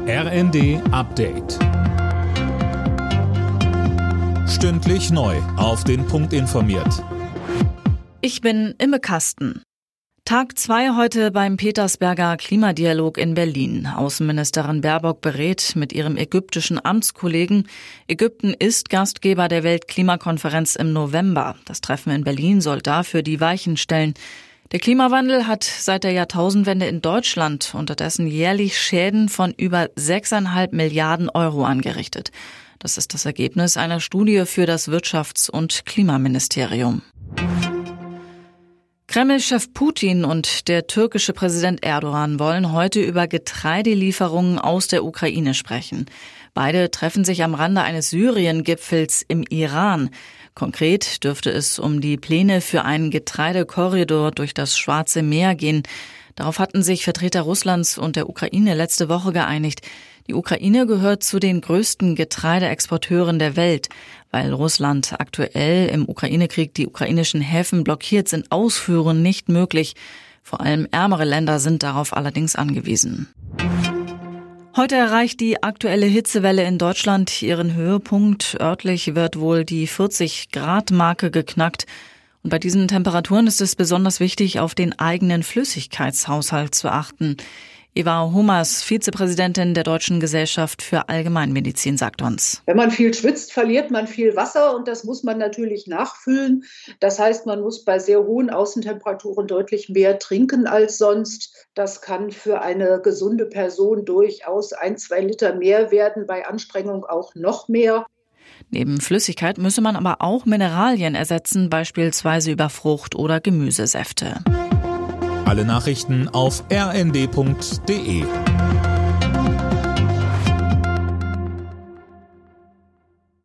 RND Update. Stündlich neu auf den Punkt informiert. Ich bin Imme Kasten. Tag 2 heute beim Petersberger Klimadialog in Berlin. Außenministerin Baerbock berät mit ihrem ägyptischen Amtskollegen. Ägypten ist Gastgeber der Weltklimakonferenz im November. Das Treffen in Berlin soll dafür die Weichen stellen. Der Klimawandel hat seit der Jahrtausendwende in Deutschland unterdessen jährlich Schäden von über 6,5 Milliarden Euro angerichtet. Das ist das Ergebnis einer Studie für das Wirtschafts- und Klimaministerium. Kreml-Chef Putin und der türkische Präsident Erdogan wollen heute über Getreidelieferungen aus der Ukraine sprechen. Beide treffen sich am Rande eines Syrien-Gipfels im Iran. Konkret dürfte es um die Pläne für einen Getreidekorridor durch das Schwarze Meer gehen. Darauf hatten sich Vertreter Russlands und der Ukraine letzte Woche geeinigt. Die Ukraine gehört zu den größten Getreideexporteuren der Welt. Weil Russland aktuell im Ukraine-Krieg die ukrainischen Häfen blockiert, sind Ausfuhren nicht möglich. Vor allem ärmere Länder sind darauf allerdings angewiesen. Heute erreicht die aktuelle Hitzewelle in Deutschland ihren Höhepunkt. Örtlich wird wohl die 40-Grad-Marke geknackt. Und bei diesen Temperaturen ist es besonders wichtig, auf den eigenen Flüssigkeitshaushalt zu achten. Eva Hummers, Vizepräsidentin der Deutschen Gesellschaft für Allgemeinmedizin, sagt uns: Wenn man viel schwitzt, verliert man viel Wasser und das muss man natürlich nachfüllen. Das heißt, man muss bei sehr hohen Außentemperaturen deutlich mehr trinken als sonst. Das kann für eine gesunde Person durchaus 1-2 Liter mehr werden, bei Anstrengung auch noch mehr. Neben Flüssigkeit müsse man aber auch Mineralien ersetzen, beispielsweise über Frucht- oder Gemüsesäfte. Alle Nachrichten auf rnd.de.